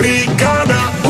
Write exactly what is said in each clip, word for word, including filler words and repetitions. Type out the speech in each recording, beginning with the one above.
бригада У.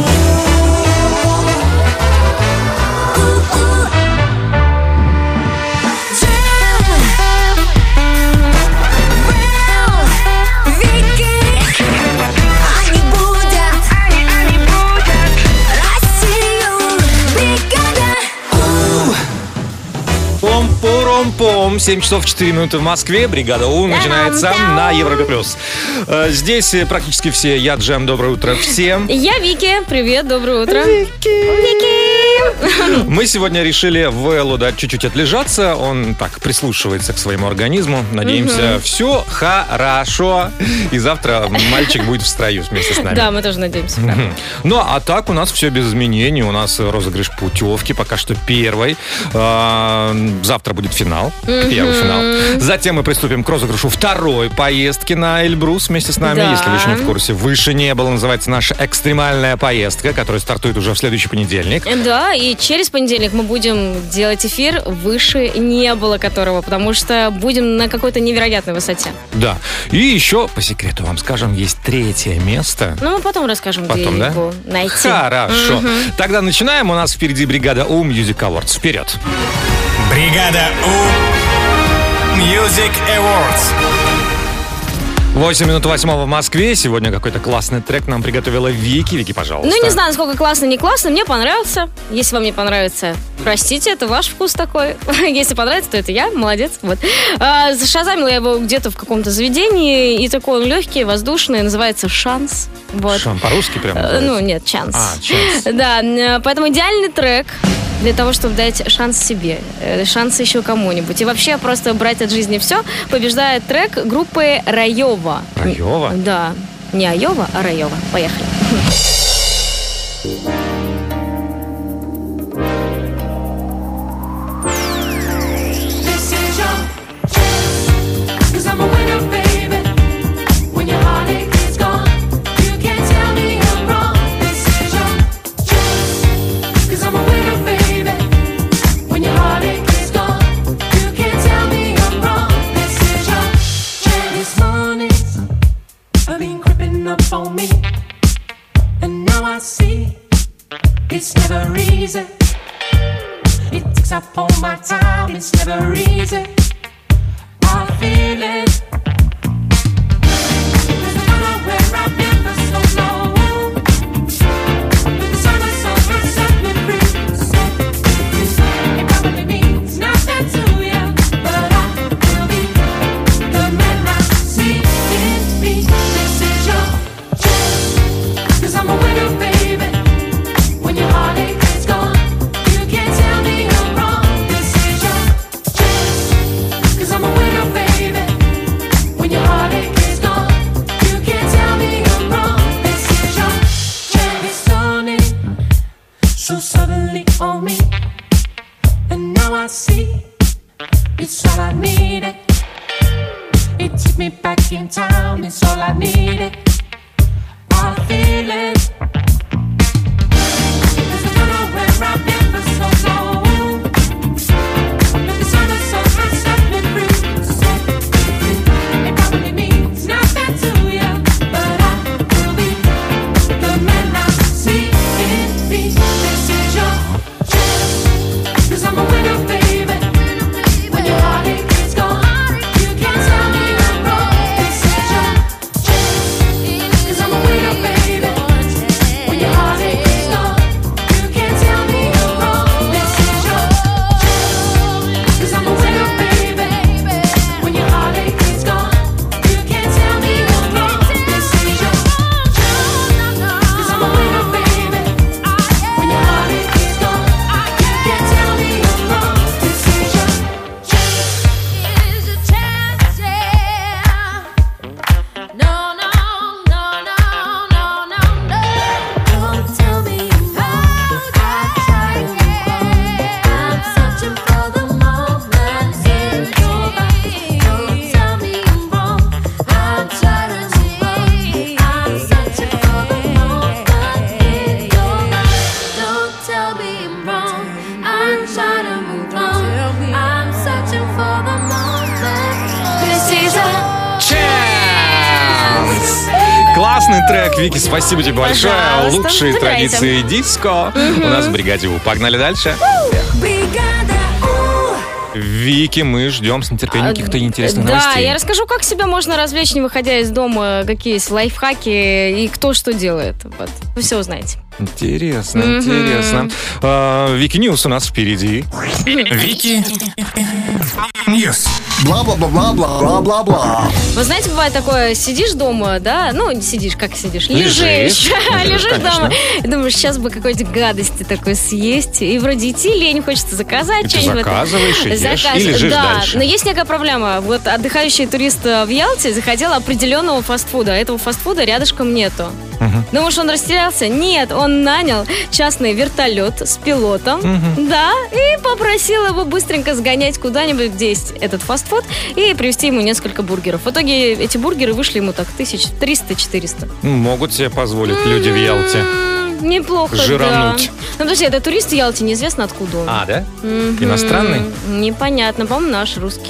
Пом-пом-пом. семь часов четыре минуты в Москве. Бригада У начинается на Европе плюс. Здесь практически все. Я Джем. Доброе утро всем. Я Вики. Привет, доброе утро. Вики. Вики. Мы сегодня решили Вэллу дать чуть-чуть отлежаться. Он так прислушивается к своему организму. Надеемся, угу. все хорошо. И завтра мальчик будет в строю вместе с нами. Да, мы тоже надеемся. Угу. Ну, а так у нас все без изменений. У нас розыгрыш путевки. Пока что первый. Завтра будет финал, mm-hmm. первый финал. Затем мы приступим к розыгрышу второй поездки на Эльбрус вместе с нами. Да. Если вы еще не в курсе, выше не было. Называется наша экстремальная поездка, которая стартует уже в следующий понедельник. Да, и через понедельник мы будем делать эфир выше не было которого, потому что будем на какой-то невероятной высоте. Да. И еще, по секрету вам скажем, есть третье место. Ну, мы потом расскажем, потом, где да? его найти. Хорошо. Mm-hmm. Тогда начинаем. У нас впереди бригада У Music Awards. Вперед. Бригада У Music Awards. восемь минут восьмого в Москве. Сегодня какой-то классный трек нам приготовила Вики. Вики, пожалуйста. Ну, не знаю, насколько классно, не классно. Мне понравился. Если вам не понравится, простите, это ваш вкус такой. Если понравится, то это я. Молодец. Вот. А, зашазамила я его где-то в каком-то заведении. И такой он легкий, воздушный. Называется «Шанс». Вот. Шанс по-русски прям называется? Ну, нет, «Чанс». А, «Чанс». Да, поэтому идеальный трек для того, чтобы дать шанс себе, шанс еще кому-нибудь. И вообще просто брать от жизни все. Побеждает трек группы Раева. Раева? Да. Не Айова, а Раева. Поехали. It's never easy. It takes up all my time. It's never easy. I feel it. There's a color where I've never so long. The sun is so hot, set me free. It probably means nothing to you, but I will be the man I see in me. This is your chance, 'cause I'm a winner, baby. When your heartache is gone, you can't tell me I'm wrong. This is your chance, 'cause I'm a winner, baby. When your heartache is gone, you can't tell me I'm wrong. This is your chance. It's dawning so suddenly on me, and now I see it's all I needed. It took me back in time. It's all I needed. I feel it. трек. Вики, спасибо тебе большое. Пожалуйста, Лучшие забирайте. традиции диско у нас в бригаде У. Погнали дальше. Бригада У. Вики, мы ждем с нетерпением каких-то интересных Да, новостей. я расскажу, как себя можно развлечь, не выходя из дома, какие есть лайфхаки и кто что делает. Вот. Вы все узнаете. Интересно, Мгм. интересно. А, Вики Ньюс у нас впереди. Вики Ньюс. Бла-бла-бла-бла-бла-бла-бла. Вы знаете, бывает такое, сидишь дома, да, ну, не сидишь, как сидишь? Лежишь. Лежишь. Лежишь, Лежишь конечно. дома. И думаешь, сейчас бы какой-то гадости такой съесть. И вроде идти лень, хочется заказать И ты что-нибудь. заказываешь и ешь, Заказ- и лежишь да, дальше. но есть некая проблема. Вот отдыхающий турист в Ялте захотел определенного фастфуда. а Этого фастфуда рядышком нету. Думаешь, он растерялся? Нет, он нанял частный вертолет с пилотом, да, и попросил его быстренько сгонять куда-нибудь, где есть этот фастфуд, и привезти ему несколько бургеров. В итоге эти бургеры вышли ему так тысяч триста-четыреста. Могут себе позволить люди в Ялте. М, Неплохо, Жирануть. да. Ну, подожди, это турист в Ялте, неизвестно откуда он. А, да? Мгм. Иностранный? Непонятно, по-моему, наш русский.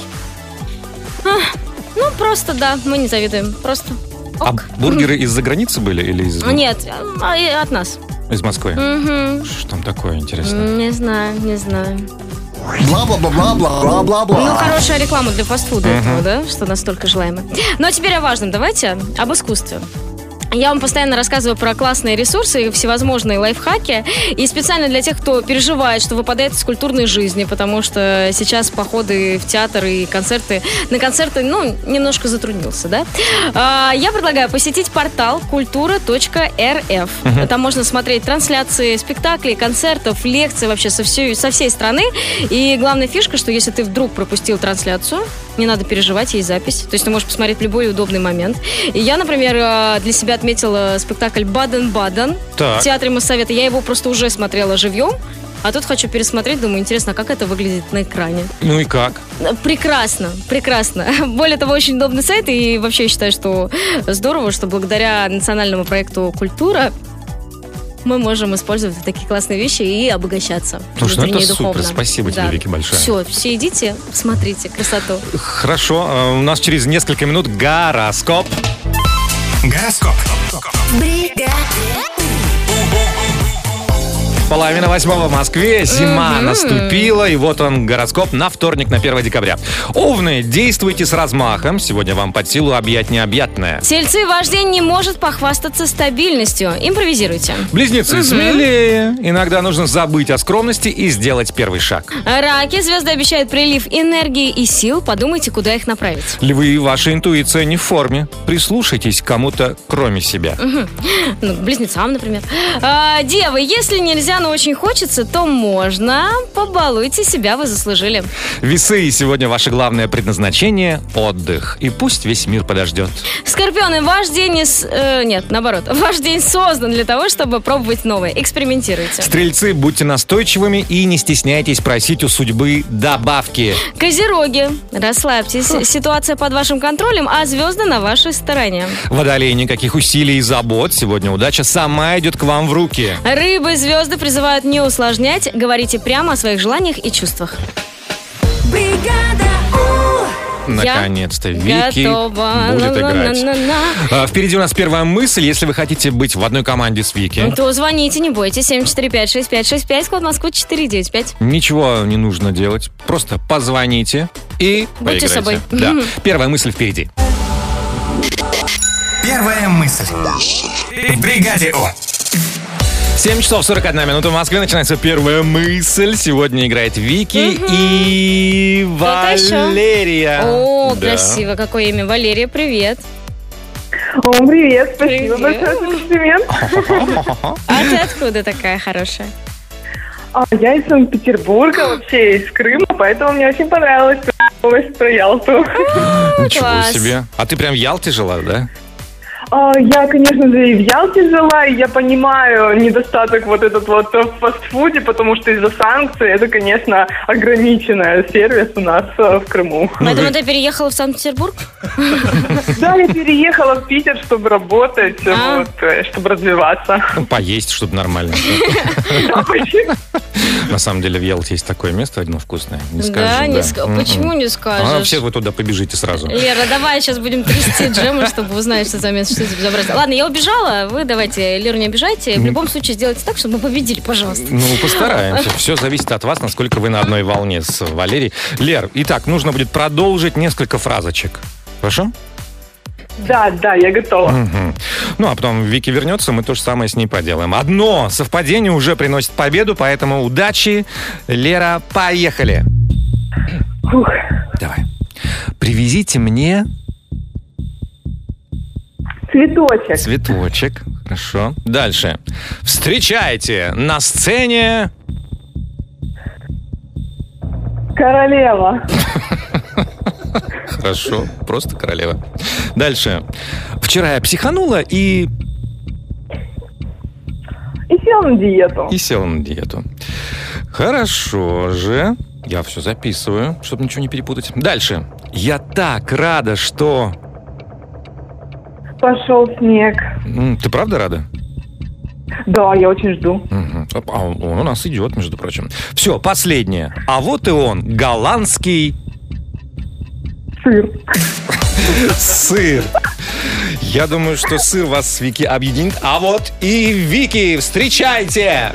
А, ну, просто, да, мы не завидуем, просто. А Ок. бургеры из-за границы были или из, Нет, а, и от нас. из Москвы? Мгм. Что там такое интересно? М, Не знаю, не знаю. Бла-бла-бла-бла-бла-бла-бла. Ну, хорошая реклама для фастфуда этого, да, что настолько желаемо. Ну, а теперь о важном. Давайте об искусстве. Я вам постоянно рассказываю про классные ресурсы и всевозможные лайфхаки. И специально для тех, кто переживает, что выпадает из культурной жизни, потому что сейчас походы в театр и концерты, на концерты, ну, немножко затруднился, да? А, Я предлагаю посетить портал культура точка эр эф. Там можно смотреть трансляции спектаклей, концертов, лекций вообще со всей, со всей страны. И главная фишка, что если ты вдруг пропустил трансляцию, не надо переживать, есть запись. То есть ты можешь посмотреть в любой удобный момент. И я, например, э, для себя отметила спектакль «Баден-Баден» Так. в Театре Моссовета. Я его просто уже смотрела живьем, а тут хочу пересмотреть. Думаю, интересно, как это выглядит на экране. Ну и как? Прекрасно, прекрасно. Более того, очень удобный сайт. И вообще я считаю, что здорово, что благодаря национальному проекту «Культура» мы можем использовать такие классные вещи и обогащаться. Слушай, ну внутренне это и духовно. супер. Спасибо тебе, Да. Вики, большое. Все, все идите, смотрите красоту. Хорошо, э, у нас через несколько минут гороскоп. Гороскоп. Половина восьмого в Москве, зима наступила, и вот он, гороскоп на вторник, на первое декабря. Овны, действуйте с размахом, сегодня вам под силу объять необъятное. Тельцы, ваш день не может похвастаться стабильностью. Импровизируйте. Близнецы, смелее, иногда нужно забыть о скромности и сделать первый шаг. Раки, звезды обещают прилив энергии и сил. Подумайте, куда их направить. Львы, ваша интуиция не в форме, прислушайтесь к кому-то, кроме себя. Ну, к близнецам, например. А, девы, если нельзя, но очень хочется, то можно. Побалуйте себя, вы заслужили. Весы, сегодня ваше главное предназначение – отдых, и пусть весь мир подождет. Скорпионы, ваш день... Из, э, нет, наоборот. Ваш день создан для того, чтобы пробовать новое. Экспериментируйте. Стрельцы, будьте настойчивыми и не стесняйтесь просить у судьбы добавки. Козероги, расслабьтесь. Ситуация под вашим контролем, а звезды на вашей стороне. Водолей, никаких усилий и забот. Сегодня удача сама идет к вам в руки. Рыбы, звезды призывают не усложнять. Говорите прямо о своих желаниях и чувствах. Бригада У. Наконец-то Вики Готова. будет играть. На-на-на-на-на. А, Впереди у нас первая мысль. Если вы хотите быть в одной команде с Вики, То звоните, не бойтесь. семь четыре пять шесть пять шесть пять, код Москвы четыре девять пять. ничего не нужно делать. Просто позвоните и Будьте поиграйте. собой. Да. Первая мысль впереди. Первая мысль. В бригаде У. семь часов сорок одна минута в Москве. Начинается первая мысль. Сегодня играет Вики и Кто-то еще? Валерия. О, Да. красиво. Какое имя? Валерия, привет. О, привет, спасибо Привет. большое за комплимент. А ты откуда такая хорошая? А, я из Санкт-Петербурга, вообще из Крыма, поэтому мне очень понравилась новость про Ялту. Ничего класс. себе. А ты прям в Ялте жила, да? А, я, конечно же, и в Ялте жила, и я понимаю недостаток вот этот вот в фастфуде, потому что из-за санкций это, конечно, ограниченный сервис у нас э, в Крыму. Поэтому ты переехала в Санкт-Петербург? Да, я переехала в Питер, чтобы работать, А. вот, э, чтобы развиваться. Ну, поесть, чтобы нормально. Да, почти. На самом деле в Ялте есть такое место одно вкусное. Не скажешь, Да, не да. ска- М-м. почему не А скажешь? все вы туда побежите сразу. Лера, давай сейчас будем трясти Джема, чтобы узнать, что за место, что это безобразие. Ладно, я убежала, вы давайте Леру не обижайте. В любом случае сделайте так, чтобы мы победили, пожалуйста. Ну, постараемся. Все зависит от вас, насколько вы на одной волне с Валерией. Лер, итак, нужно будет продолжить несколько фразочек. Хорошо? Да, да, я готова. Мгм. Ну, а потом Вики вернется, мы то же самое с ней поделаем. Одно совпадение уже приносит победу, поэтому удачи. Лера, поехали. Фух. Давай. Привезите мне Цветочек. цветочек. Хорошо. Дальше. Встречайте на сцене... Королева. Хорошо, просто королева. Дальше. Вчера я психанула и... И сел на диету. и села на диету. Хорошо же. Я все записываю, чтобы ничего не перепутать. Дальше. Я так рада, что... Пошел снег. М, Ты правда рада? Да, я очень жду. Мгм. А он он у нас идет, между прочим. Все, последнее. А вот и он, голландский Сыр. сыр. Я думаю, что сыр вас с Вики объединит. А вот и Вики, встречайте!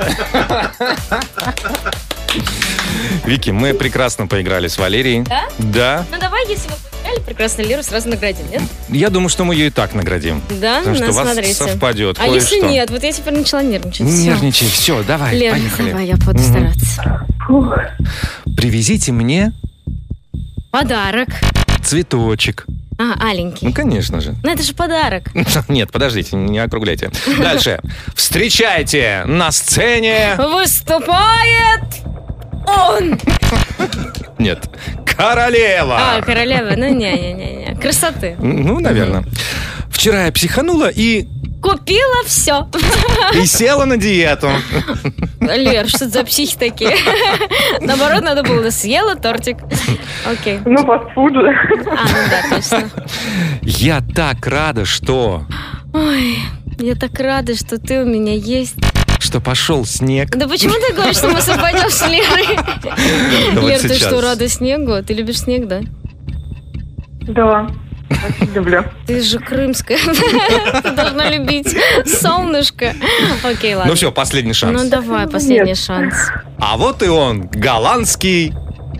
Вики, мы прекрасно поиграли с Валерией. Да? Да. Ну давай, если вы поиграли, прекрасно Леру сразу наградим, нет? Я думаю, что мы ее и так наградим. Да? Потому что Ну, у вас смотрите. совпадет А если кое-что. нет? Вот я теперь начала нервничать. Не Всё. нервничай, все, давай, Лер, поехали. давай, я буду Мгм. стараться. Фух. Привезите мне Подарок. цветочек. А, аленький. Ну, конечно же. Ну, это же подарок. Нет, подождите, не округляйте. Дальше. Встречайте на сцене... Выступает он! Нет, королева. А, королева. Ну, не-не-не. Красоты. Ну, наверное. Вчера я психанула и, Купила все. и села на диету. Лер, что это за психи такие? Наоборот, надо было съела тортик. Окей. Ну, фастфуд же. А, ну да, точно. Я так рада, что... Ой, я так рада, что ты у меня есть. Что пошел снег. Да почему ты говоришь, что мы совпадем с Лерой? Да вот Лер, ты сейчас. что, рада снегу? Ты любишь снег, да? Да. Очень люблю. Ты же крымская. Ты должна любить солнышко. Окей, ладно. Ну все, последний шанс. Ну давай, последний Нет. шанс. А вот и он, голландский...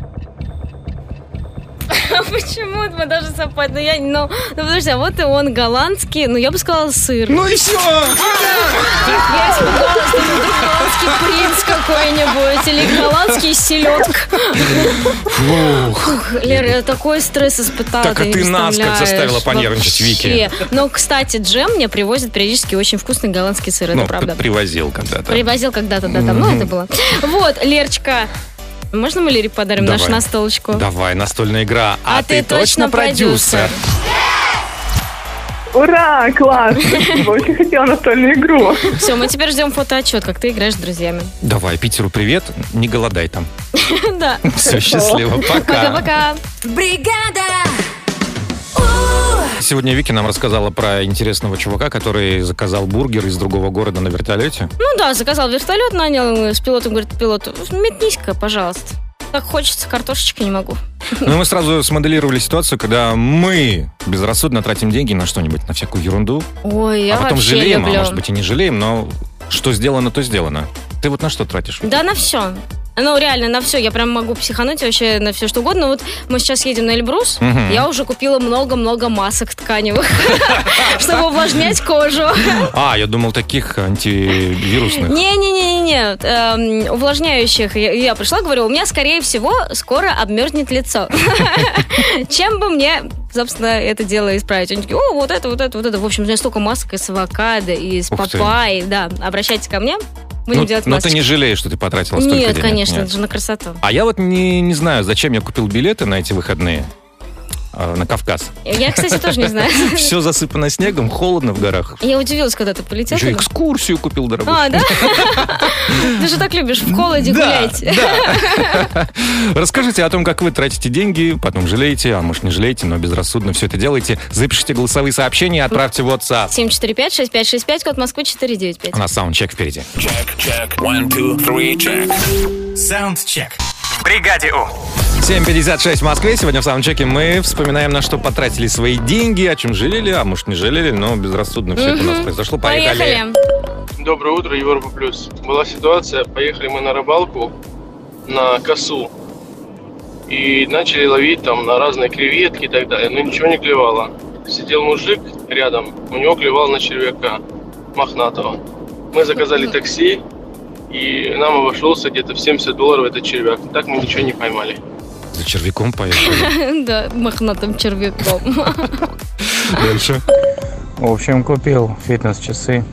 Почему мы даже совпадем? Ну, я, ну, ну, подожди, а вот и он голландский, ну, я бы сказала сыр. Ну и все! Я испугалась, что это вдруг голландский принц какой-нибудь или голландский селедка. Фух, Лера, я такой стресс испытала. Так, а не ты нас как представляешь. заставила понервничать, Вики. Вообще. Но, кстати, Джем мне привозит периодически очень вкусный голландский сыр, это Ну, правда. привозил когда-то. Привозил когда-то, да, давно это было. Вот, Лерочка, можно мы Лере подарим Давай. нашу настолочку? Давай, настольная игра. А, А ты точно продюсер. Ура, класс. Спасибо, очень хотела настольную игру. Все, мы теперь ждем фотоотчет, как ты играешь с друзьями. Давай, Питеру привет. Не голодай там. Да. Все, счастливо. Пока. Пока-пока. Бригада! Сегодня Вики нам рассказала про интересного чувака, который заказал бургер из другого города на вертолете. Ну да, заказал вертолет, нанял с пилотом, говорит, пилот, метнись-ка, пожалуйста. Так хочется, картошечки не могу. Ну, мы сразу смоделировали ситуацию, когда мы безрассудно тратим деньги на что-нибудь, на всякую ерунду, Ой, я а потом вообще жалеем, люблю. а может быть и не жалеем, но что сделано, то сделано. Ты вот на что тратишь? Да, на все. Ну, реально, на все. Я прям могу психануть вообще на все, что угодно. Вот мы сейчас едем на Эльбрус. Мгм. Я уже купила много-много масок тканевых, чтобы увлажнять кожу. А, я думал, таких антивирусных. Не-не-не-не, эм, увлажняющих. Я, я пришла, говорю, у меня, скорее всего, скоро обмерзнет лицо. Чем бы мне, собственно, это дело исправить? Они такие, о, вот это, вот это, вот это. В общем, у меня столько масок из авокадо, из Ух ты. папайи. Да, обращайтесь ко мне, будем Ну, делать но ты масочки. не жалеешь, что ты потратила столько Нет, денег? конечно, Нет. это же на красоту. А я вот не, не знаю, зачем я купил билеты на эти выходные. э, на Кавказ? Я, кстати, тоже не знаю. Все засыпано снегом, холодно в горах. Я удивилась, когда ты полетел. Еще туда. экскурсию купил, дорогой. А, да? Ты же так любишь в холоде Да, гулять. да. Расскажите о том, как вы тратите деньги, потом жалеете, а может не жалеете, но безрассудно все это делаете. Запишите голосовые сообщения и отправьте в WhatsApp. семь четыре пять шесть пять шесть пять, код Москвы четыре девять пять. У нас саундчек впереди. Саундчек. В бригаде У. семь пятьдесят шесть в Москве. Сегодня в саундчеке мы вспоминаем, на что потратили свои деньги, о чем жалели, а может не жалели, но безрассудно все это у нас произошло. Поехали. Поехали. Доброе утро, Европа Плюс. Была ситуация, поехали мы на рыбалку на косу и начали ловить там на разные креветки и так далее, но ничего не клевало. Сидел мужик рядом, у него клевал на червяка мохнатого. Мы заказали такси, и нам обошелся где-то в семьдесят долларов этот червяк. Так мы ничего не поймали. За червяком поехали. Да, мохнатым червяком. Дальше. В общем, купил фитнес-часы.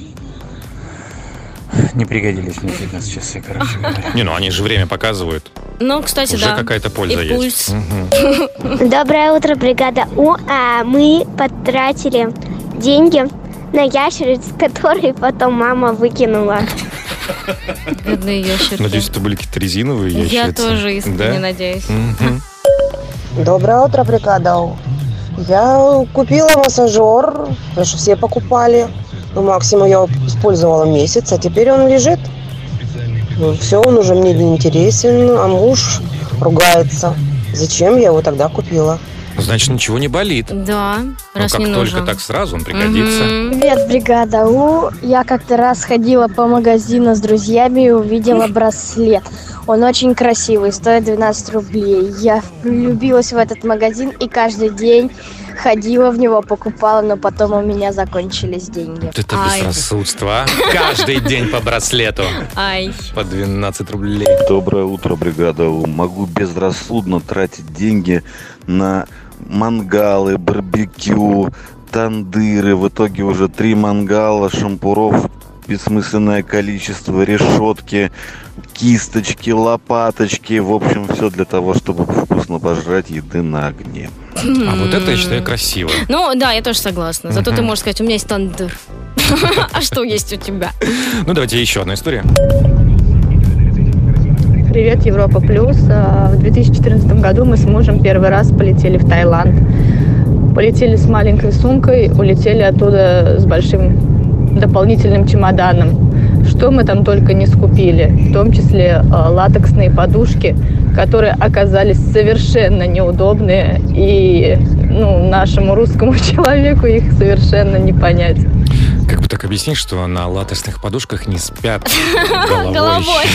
Не пригодились мне фитнес-часы, короче говоря. Не, ну они же время показывают. Ну, кстати, Уже да. какая-то польза И есть. пульс. Мгм. Доброе утро, бригада У. А мы потратили деньги на ящериц, которые потом мама выкинула. Бедные ящерки. Надеюсь, это были какие-то резиновые ящерицы. Я тоже искренне Да? надеюсь. Мгм. Доброе утро, бригада У. Я купила массажер, потому что все покупали. Ну, максимум я использовала месяц, а теперь он лежит. Все, он уже мне не интересен, а муж ругается. Зачем я его тогда купила? Значит, ничего не болит. Да, Ну, раз как не только нужен. так сразу он пригодится. Мгм. Привет, бригада У. Я как-то раз ходила по магазину с друзьями и увидела браслет. Он очень красивый, стоит двенадцать рублей. Я влюбилась в этот магазин и каждый день ходила в него, покупала, но потом у меня закончились деньги. Вот это Ай. безрассудство, а? Каждый день по браслету. Ай. По двенадцать рублей. Доброе утро, бригада У. Могу безрассудно тратить деньги на мангалы, барбекю, тандыры. В итоге уже три мангала, шампуров, бессмысленное количество, решетки, кисточки, лопаточки. В общем, все для того, чтобы вкусно пожрать еды на огне. А вот это я считаю красиво. Ну, да, я тоже согласна. Зато Мгм. ты можешь сказать, у меня есть тандыр. А что есть у тебя? Ну, давайте еще одна история. Привет, Европа Плюс. А, В две тысячи четырнадцатом году мы с мужем первый раз полетели в Таиланд. Полетели с маленькой сумкой, улетели оттуда с большим дополнительным чемоданом. Что мы там только не скупили, в том числе а, латексные подушки, которые оказались совершенно неудобные, и ну, нашему русскому человеку их совершенно не понять. Как бы так объяснить, что на латексных подушках не спят головой. Головой.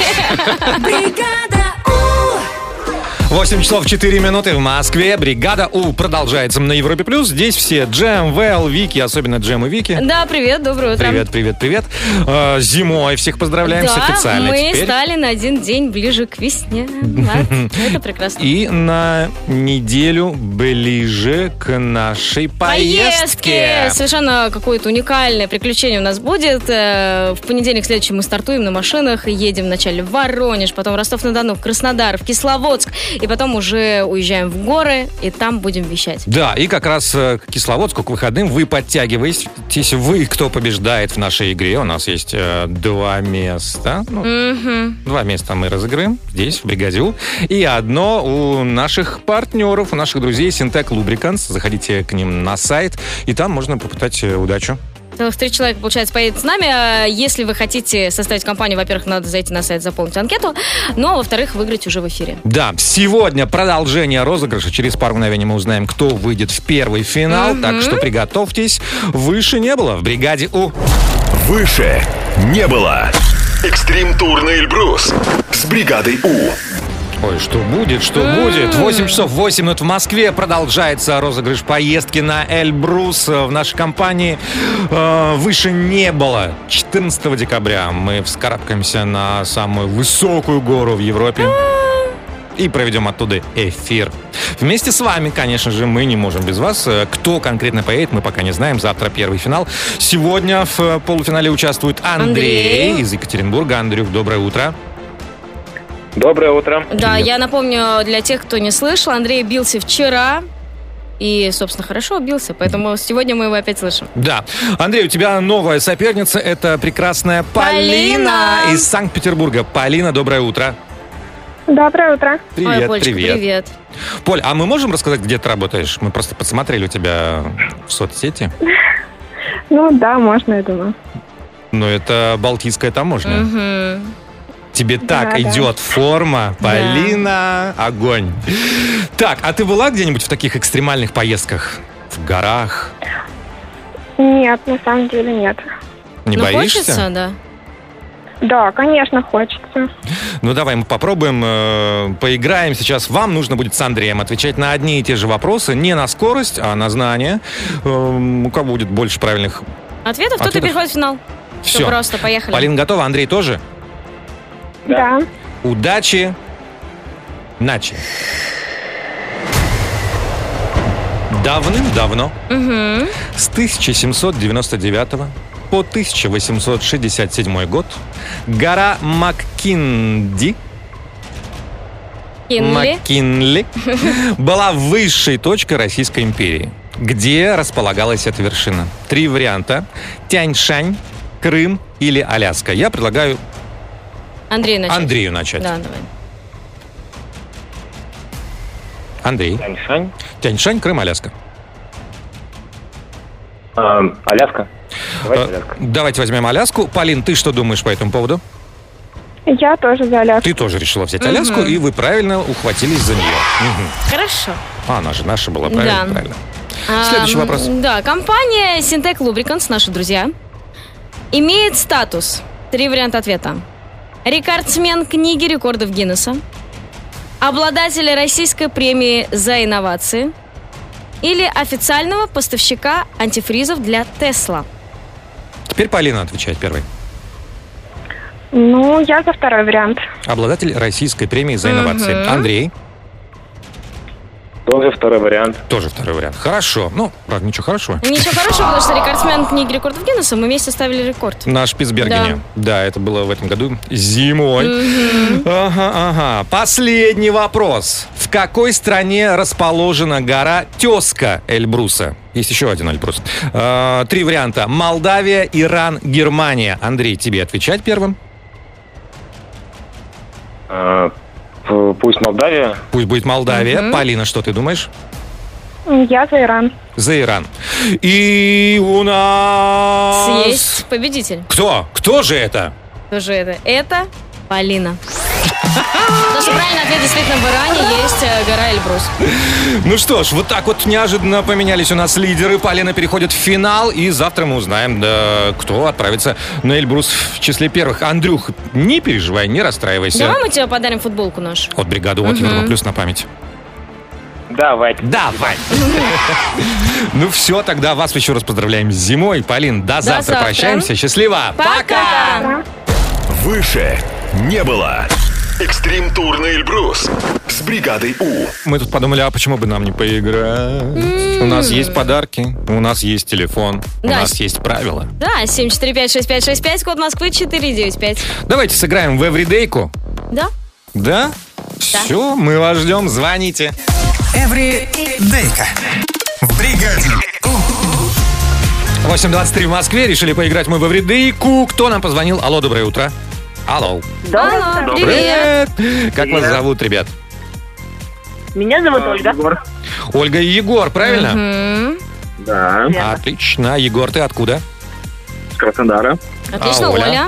восемь часов четыре минуты в Москве. Бригада У продолжается на Европе Плюс. Здесь все Джем, Вэл, Вики, особенно Джем и Вики. Да, привет, доброе утро. Привет, привет, привет. Э, Зимой всех поздравляем с Да, официально мы теперь. стали на один день ближе к весне. Вот, это прекрасно. И на неделю ближе к нашей поездке. Совершенно какое-то уникальное приключение у нас будет. Э, В понедельник следующий мы стартуем на машинах и едем вначале в Воронеж, потом в Ростов-на-Дону, в Краснодар, в Кисловодск. И потом уже уезжаем в горы, и там будем вещать. Да, и как раз э, к Кисловодску, к выходным вы подтягиваетесь. Вы, кто побеждает в нашей игре. У нас есть э, два места. Ну, Мгм. Два места мы разыграем здесь, в бригаде У. И одно у наших партнеров, у наших друзей Синтек Lubricants. Заходите к ним на сайт, и там можно попытать э, удачу. Целых три человека, получается, поедет с нами. А Если вы хотите составить компанию, во-первых, надо зайти на сайт, заполнить анкету. Ну, а во-вторых, выиграть уже в эфире. Да, сегодня продолжение розыгрыша. Через пару мгновений мы узнаем, кто выйдет в первый финал. Мгм. Так что приготовьтесь. Выше не было в бригаде У. Выше не было. Экстрим тур на Эльбрус с бригадой У. Ой, что будет, что будет. восемь часов восемь минут в Москве. Продолжается розыгрыш поездки на Эльбрус в нашей компании. Э, Выше не было. четырнадцатого декабря мы вскарабкаемся на самую высокую гору в Европе. И проведем оттуда эфир. Вместе с вами, конечно же, мы не можем без вас. Кто конкретно поедет, мы пока не знаем. Завтра первый финал. Сегодня в полуфинале участвует Андрей, Андрей. из Екатеринбурга. Андрюх, доброе утро. Доброе утро. Да, я напомню для тех, кто не слышал, Андрей бился вчера И, собственно, хорошо бился, поэтому сегодня мы его опять слышим. Да. Андрей, у тебя новая соперница. Это прекрасная Полина, Полина! из Санкт-Петербурга. Полина, доброе утро. Доброе утро. Привет, Ой, Полечка, привет. привет. Поль, а мы можем рассказать, где ты работаешь? Мы просто подсмотрели у тебя в соцсети. Ну да, можно, я думаю. Ну, это Балтийская таможня. Мгм. Тебе так Да, да. идет форма, Да. Полина, огонь. Так, а ты была где-нибудь в таких экстремальных поездках? В горах? Нет, на самом деле нет. Не ну, боишься? хочется, да. Да, конечно, хочется. Ну, давай мы попробуем, э, поиграем сейчас. Вам нужно будет с Андреем отвечать на одни и те же вопросы. Не на скорость, а на знание. Эм, у кого будет больше правильных? Ответов, кто-то Ответов? переходит в финал. Все. Все просто, поехали. Полина готова, Андрей тоже? Да. Удачи. Начали. Давным-давно, Мгм. с тысяча семьсот девяносто девятого по тысяча восемьсот шестьдесят седьмой год, гора Маккинди Кинли. Маккинли была высшей точкой Российской империи. Где располагалась эта вершина? Три варианта. Тянь-Шань, Крым или Аляска. Я предлагаю Андрей начать. Андрею начать. Да, давай. Андрей. Тянь-Шань. Тянь-Шань, Крым, Аляска. Эм, Аляска. Давайте Э, Аляска. Давайте возьмем Аляску. Полин, ты что думаешь по этому поводу? Я тоже за Аляску. Ты тоже решила взять Мгм. Аляску, и вы правильно ухватились за нее. Мгм. Хорошо. А, она же наша была, правильно? Да. Правильно. Следующий Ам, вопрос. Да, компания Syntec Lubricants, наши друзья, имеет статус. Три варианта ответа. Рекордсмен книги рекордов Гиннесса, обладатель российской премии за инновации или официального поставщика антифризов для Тесла. Теперь Полина отвечает первой. Ну, я за второй вариант. Обладатель российской премии за Мгм. инновации. Андрей. Тоже второй вариант. Тоже второй вариант. Хорошо. Ну, правда, ничего хорошего. Ничего хорошего, потому что рекордсмен книги рекордов Гиннесса, мы вместе ставили рекорд. На Шпицбергене. Да. это было в этом году зимой. Мгм. Ага, ага. Последний вопрос. В какой стране расположена гора Тезка Эльбруса? Есть еще один Эльбрус. Э, Три варианта. Молдавия, Иран, Германия. Андрей, тебе отвечать первым? Э, п- Пусть Молдавия. Пусть будет Молдавия. Мгм. Полина, что ты думаешь? Я за Иран. За Иран. И у нас... Есть победитель. Кто? Кто же это? Кто же это? Это Полина. Потому что правильный ответ действительно в Иране есть э, гора Эльбрус. Ну что ж, вот так вот неожиданно поменялись у нас лидеры. Полина переходит в финал, и завтра мы узнаем, да, кто отправится на Эльбрус в числе первых. Андрюх, не переживай, не расстраивайся. Давай мы тебе подарим футболку нашу. От бригады от Мгм. Европа Плюс на память. Давайте. Давай. Ну все, тогда вас еще раз поздравляем с зимой. Полин, до завтра. завтра. Прощаемся. Счастливо. Пока! Выше не было. Экстрим тур на Эльбрус с бригадой У. Мы тут подумали, а почему бы нам не поиграть? У нас есть подарки, у нас есть телефон, у Да. нас есть правила. Да, семь четыре пять шесть пять шесть пять, код Москвы четыре девять пять. Давайте сыграем в Эвридейку. Да? Да? Все, мы вас ждем, звоните. Эвридейка. В бригаде. восемь двадцать три в Москве, решили поиграть мы в Эвридейку. Кто нам позвонил? Алло, доброе утро. Алло. Алло, привет. Как вас зовут, ребят? Меня зовут Ольга. Ольга и Егор, правильно? Мгм. Да. Отлично. Егор, ты откуда? С Краснодара. Отлично, А Оля? Оля.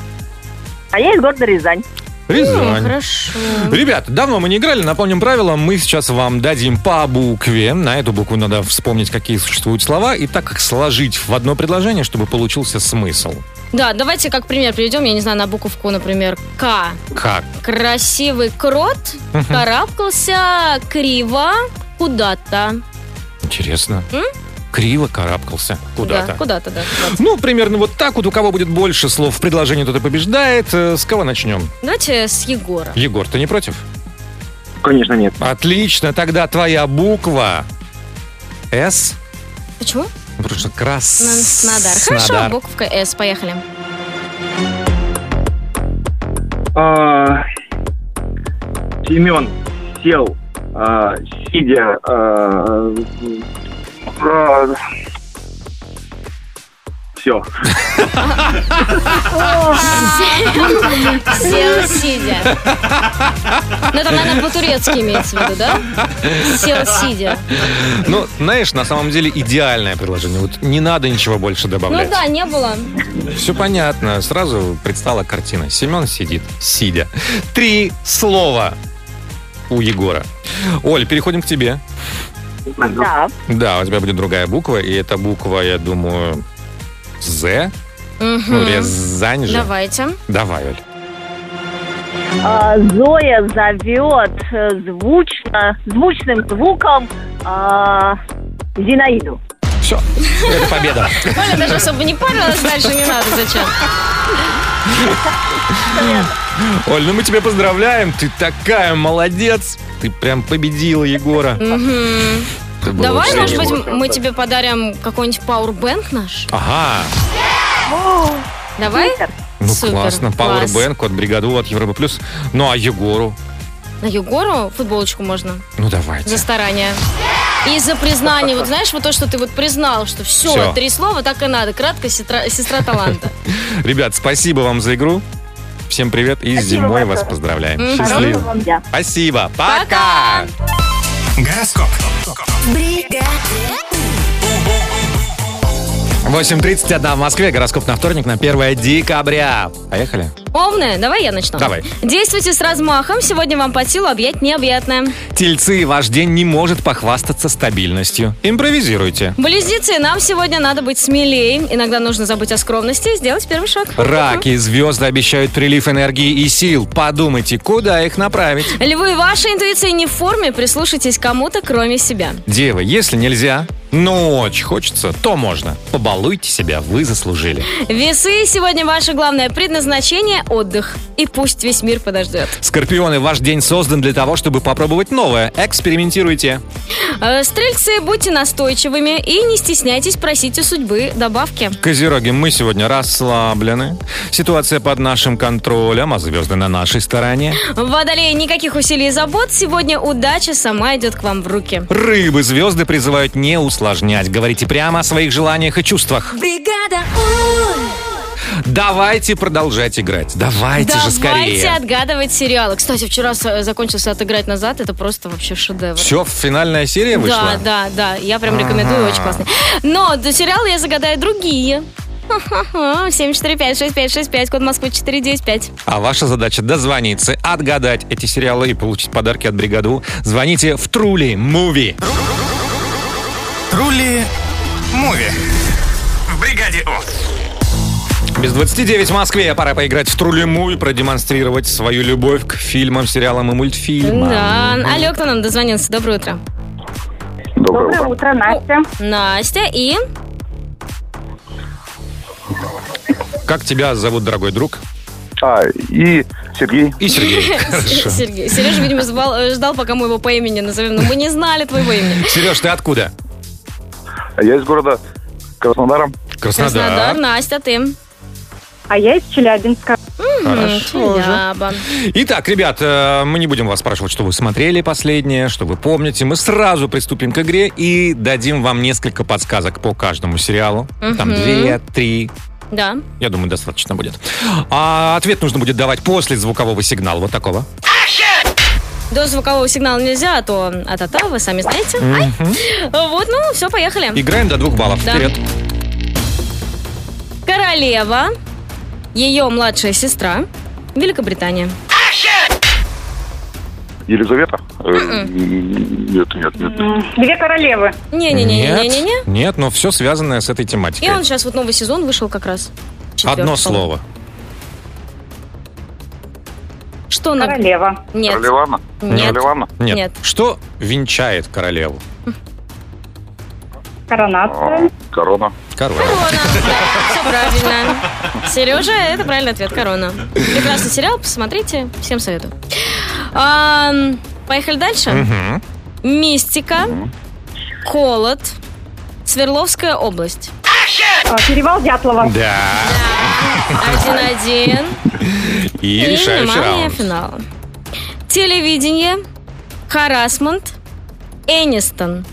А я из города Рязань. Рязань. О, хорошо. Ребят, давно мы не играли, напомним правила. Мы сейчас вам дадим по букве. На эту букву надо вспомнить, какие существуют слова, и так их сложить в одно предложение, чтобы получился смысл. Да, давайте как пример приведем, я не знаю, на буковку, например, К. Как? Красивый крот Мгм. карабкался криво куда-то. Интересно. М? Криво карабкался куда-то. Да, куда-то, да. куда-то. Ну, примерно вот так вот. У кого будет больше слов в предложении, тот и побеждает. Э, С кого начнем? Давайте с Егора. Егор, ты не против? Конечно, нет. Отлично. Тогда твоя буква С. Почему? Потому что крас... Краснодар. Хорошо, буковка С, поехали. А, Семен сел а, сидя, а, а, все. Сел, сидя. Ну, это, наверное, по-турецки имеется в виду, да? Сел, сидя. Ну, знаешь, на самом деле идеальное предложение. Вот не надо ничего больше добавлять. Ну да, не было. Все понятно. Сразу предстала картина. Семен сидит, сидя. Три слова у Егора. Оль, переходим к тебе. Да. Да, у тебя будет другая буква, и эта буква, я думаю, З. Мгм. Ну, Рязань же. Давайте. Давай, Оль. А, Зоя зовет э, звучно, звучным звуком а, Зинаиду. Все, это победа. Оля даже особо не парилась, дальше не надо, зачем? Оль, ну мы тебя поздравляем, ты такая молодец. Ты прям победила Егора. Мгм. Это было Давай, очень может быть, неплохо. мы тебе подарим какой-нибудь пауэрбэнк наш? Ага, Давай? ну Супер, классно. класс. Powerbank от Бригаду, от Европы Плюс. Ну а Егору? На Егору футболочку можно. Ну давайте. За старание. И за признание. Вот знаешь, вот то, что ты вот признал, что все, Всё. три слова, так и надо. Кратко, сестра, сестра таланта. Ребят, спасибо вам за игру. Всем привет и с зимой вас поздравляем. Мгм. Счастливо. Хорошего вам дня. Спасибо. Пока. Гороскоп. восемь тридцать один в Москве. Гороскоп на вторник, на первое декабря. Поехали. Овны, давай я начну. Давай. Действуйте с размахом. Сегодня вам по силу объять необъятное. Тельцы, ваш день не может похвастаться стабильностью. Импровизируйте. Близнецы, нам сегодня надо быть смелее. Иногда нужно забыть о скромности и сделать первый шаг. Раки, звезды обещают прилив энергии и сил. Подумайте, куда их направить. Львы, ваша интуиция не в форме. Прислушайтесь к кому-то, кроме себя. Девы, если нельзя, но очень хочется, то можно. Побалуйте себя, вы заслужили. Весы, сегодня ваше главное предназначение – отдых. И пусть весь мир подождет. Скорпионы, ваш день создан для того, чтобы попробовать новое. Экспериментируйте. Э, Стрельцы, будьте настойчивыми и не стесняйтесь просить у судьбы добавки. Козероги, мы сегодня расслаблены. Ситуация под нашим контролем, а звезды на нашей стороне. Водолеи, никаких усилий и забот. Сегодня удача сама идет к вам в руки. Рыбы, звезды призывают не усложнять. Говорите прямо о своих желаниях и чувствах. Бригада Давайте продолжать играть. Давайте же Давайте скорее. отгадывать сериалы. Кстати, вчера с- закончился «Отыграть назад». Это просто вообще шедевр. Все, финальная серия вышла? Да, да, да. Я прям рекомендую, Ага. очень классный. Но до сериала я загадаю другие. Ха-ха-ха. семь четыре пять шесть пять шесть пять, код Москвы четыре девять пять. А ваша задача дозвониться, отгадать эти сериалы и получить подарки от Бригаду. Звоните в Трули Муви. Трули Муви. В бригаде У. Без двадцати девять в Москве. Пора поиграть в Трули Муви, продемонстрировать свою любовь к фильмам, сериалам и мультфильмам. Да. Алло, кто нам дозвонился? Доброе утро. Доброе утро, Настя. Настя и... Как тебя зовут, дорогой друг? А, и Сергей. И Сергей. Хорошо. Сергей. Сережа, видимо, звал- ждал, пока мы его по имени назовем, но мы не знали твоего имени. Сереж, ты откуда? Я из города Краснодара. Краснодар. Настя, ты? А я из Челябинска. Хорошо же. Челяба. Итак, ребят, э, мы не будем вас спрашивать, что вы смотрели последнее, что вы помните. Мы сразу приступим к игре и дадим вам несколько подсказок по каждому сериалу. Там Мгм. две, три. Да. Я думаю, достаточно будет. А ответ нужно будет давать после звукового сигнала. Вот такого. До звукового сигнала нельзя, а то а-та-та, вы сами знаете. Ай. Вот, ну, все, поехали. Играем до двух баллов. Да. Вперед. Королева, ее младшая сестра, Великобритания. Елизавета? Э, Мгм. Нет, нет, нет. Две королевы. Не-не-не-не-не-не. Нет, нет, но все связанное с этой тематикой. И он сейчас вот новый сезон вышел как раз. Четвертый, Одно по-моему. слово. Что на... Королева. Нет. Королевана? Нет. Королевана? Нет. Нет. Что венчает королеву? Коронация. Корона. Корона. Корона, да, все правильно. Сережа, это правильный ответ, корона. Прекрасный сериал, посмотрите, всем советую. Ам, поехали дальше. Мгм. Мистика, холод, Свердловская область. А, Перевал Дятлова. Да. Один-один. И решающий внимание, раунд. финал. Телевидение, Харасмент, Энистон.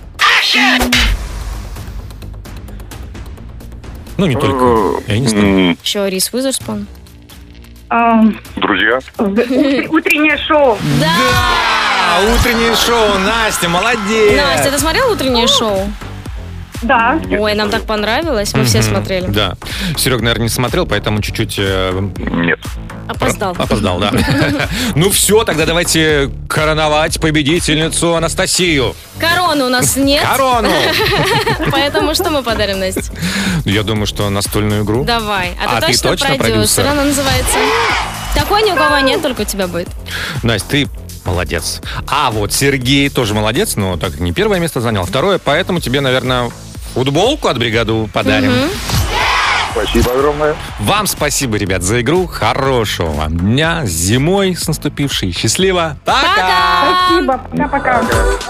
Ну, не только Энистон. Еще Риз Уизерспун. Друзья. Утреннее шоу. А, утреннее шоу. Настя, молодец. Настя, ты смотрела утреннее шоу? Да. Ой, нам так понравилось, мы все Мгм. смотрели. Да. Серега, наверное, не смотрел, поэтому чуть-чуть... Нет. Опоздал. Опоздал, да. Ну все, тогда давайте короновать победительницу Анастасию. Короны у нас нет. Корону! Поэтому что мы подарим, Настя? Я думаю, что настольную игру. Давай. А, А ты ты точно, точно продюсер? продюсер? Она называется... Такой ни у кого нет, только у тебя будет. Настя, ты молодец. А вот Сергей тоже молодец, но так не первое место занял, второе, поэтому тебе, наверное, футболку от бригады У подарим. Мгм. Спасибо огромное. Вам спасибо, ребят, за игру. Хорошего вам дня. С зимой с наступившей. Счастливо. Пока! Спасибо. Пока-пока.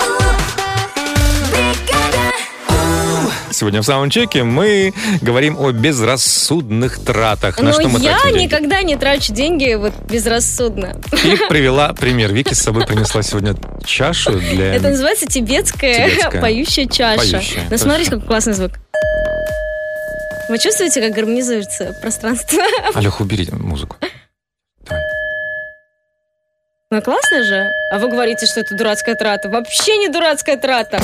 Сегодня в саундчеке мы говорим о безрассудных тратах. На Но что мы я тратим деньги? никогда не трачу деньги вот безрассудно. И привела пример. Вики с собой принесла сегодня чашу для... Это называется тибетская, Тибетская. поющая чаша. Поющая, Ну, смотрите, какой классный звук. Вы чувствуете, как гармонизуется пространство? Алёха, убери музыку. Ну, классно же. А вы говорите, что это дурацкая трата. Вообще не дурацкая трата.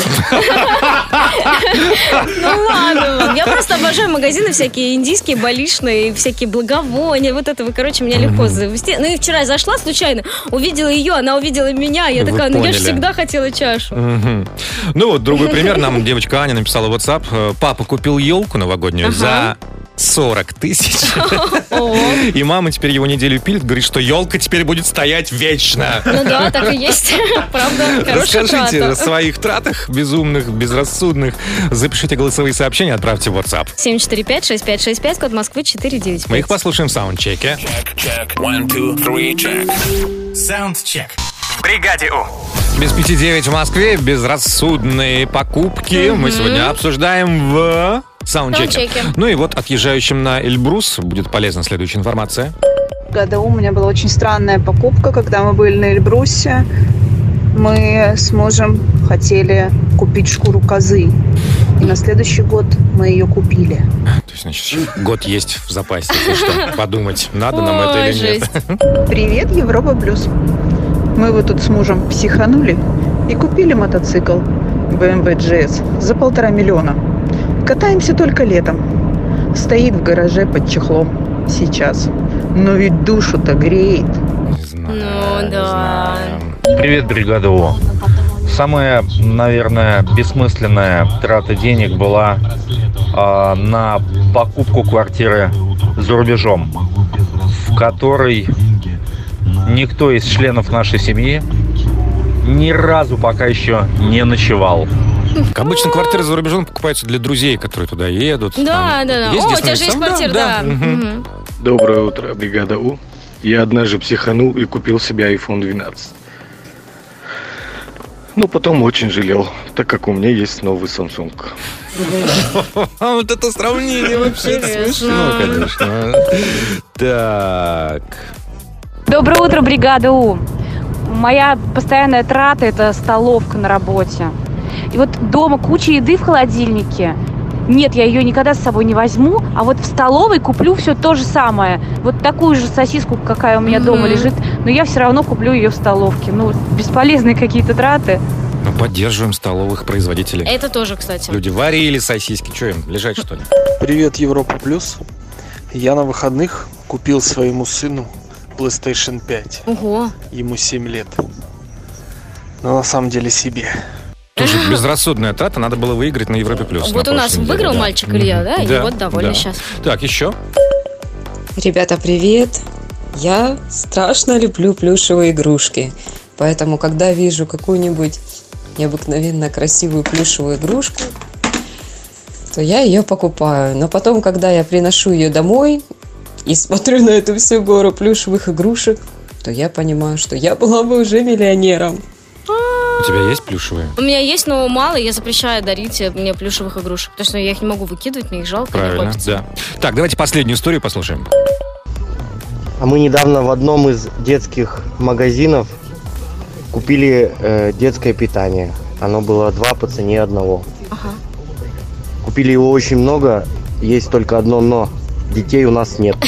Ну ладно вам. Я просто обожаю магазины всякие индийские, балишные, всякие благовония. Вот это, вы, короче, меня легко завести. Ну и вчера я зашла случайно, увидела ее, она увидела меня. Я Вы такая, ну я же поняли. всегда хотела чашу. Мгм. Ну вот другой пример. Нам девочка Аня написала в WhatsApp. Папа купил елку новогоднюю Ага. за сорок тысяч. И мама теперь его неделю пилит, говорит, что елка теперь будет стоять вечно. Ну да, так и есть. Правда, хорошая Расскажите трата. о своих тратах безумных, безрассудных. Запишите голосовые сообщения, отправьте в WhatsApp. семь четыре пять шесть пять шесть пять, код Москвы четыре девять пять. Мы их послушаем в саундчеке. Саундчек. В бригаде У. Без пяти девять в Москве, безрассудные покупки. Мы сегодня обсуждаем в саундчеке. Саундчеке. Ну и вот отъезжающим на Эльбрус будет полезна следующая информация. году у меня была очень странная покупка, когда мы были на Эльбрусе. Мы с мужем хотели купить шкуру козы. И на следующий год мы ее купили. То есть, значит, год есть в запасе, если что, подумать, надо нам это Ой, или нет. Привет, Европа Плюс. Мы вот тут с мужем психанули и купили мотоцикл бэ эм вэ джи эс за полтора миллиона. Катаемся только летом. Стоит в гараже под чехлом сейчас. Но ведь душу-то греет. Ну да. Привет, бригада У. Самая, наверное, бессмысленная трата денег была э, на покупку квартиры за рубежом, в которой никто из членов нашей семьи ни разу пока еще не ночевал. Обычно квартиры за рубежом покупаются для друзей, которые туда едут. Да, да, да. Есть О, у здесь тебя же есть номер? квартира, Да, да. да. Мгм. Доброе утро, бригада У. Я однажды психанул и купил себе айфон двенадцать. Но потом очень жалел, так как у меня есть новый Samsung. Вот это сравнение вообще смешно, конечно. Так. Доброе утро, бригада У. Моя постоянная трата – это столовка на работе. И вот дома куча еды в холодильнике. Нет, я ее никогда с собой не возьму, а вот в столовой куплю все то же самое. Вот такую же сосиску, какая у меня дома Мгм. лежит, но я все равно куплю ее в столовке. Ну, бесполезные какие-то траты. Мы поддерживаем столовых производителей. Это тоже, кстати. Люди варили сосиски. Что им, лежать что ли? Привет, Европа Плюс. Я на выходных купил своему сыну плейстейшн пять. Ого. Ему семь лет. Но на самом деле себе. Тоже безрассудная трата, надо было выиграть на Европе Плюс. Вот на у нас прошлой неделе, выиграл да. мальчик Илья, да? И Да, вот довольный да. сейчас. Так, еще. Ребята, привет! Я страшно люблю плюшевые игрушки, поэтому, когда вижу какую-нибудь необыкновенно красивую плюшевую игрушку, то я ее покупаю. Но потом, когда я приношу ее домой и смотрю на эту всю гору плюшевых игрушек, то я понимаю, что я была бы уже миллионером. У тебя есть плюшевые? У меня есть, но мало, я запрещаю дарить мне плюшевых игрушек, потому что я их не могу выкидывать, мне их жалко, они Правильно, копятся. да. Так, давайте последнюю историю послушаем. А мы недавно в одном из детских магазинов Купили э, детское питание. Оно было два по цене одного. Ага. Купили его очень много. Есть только одно но. Детей у нас нет.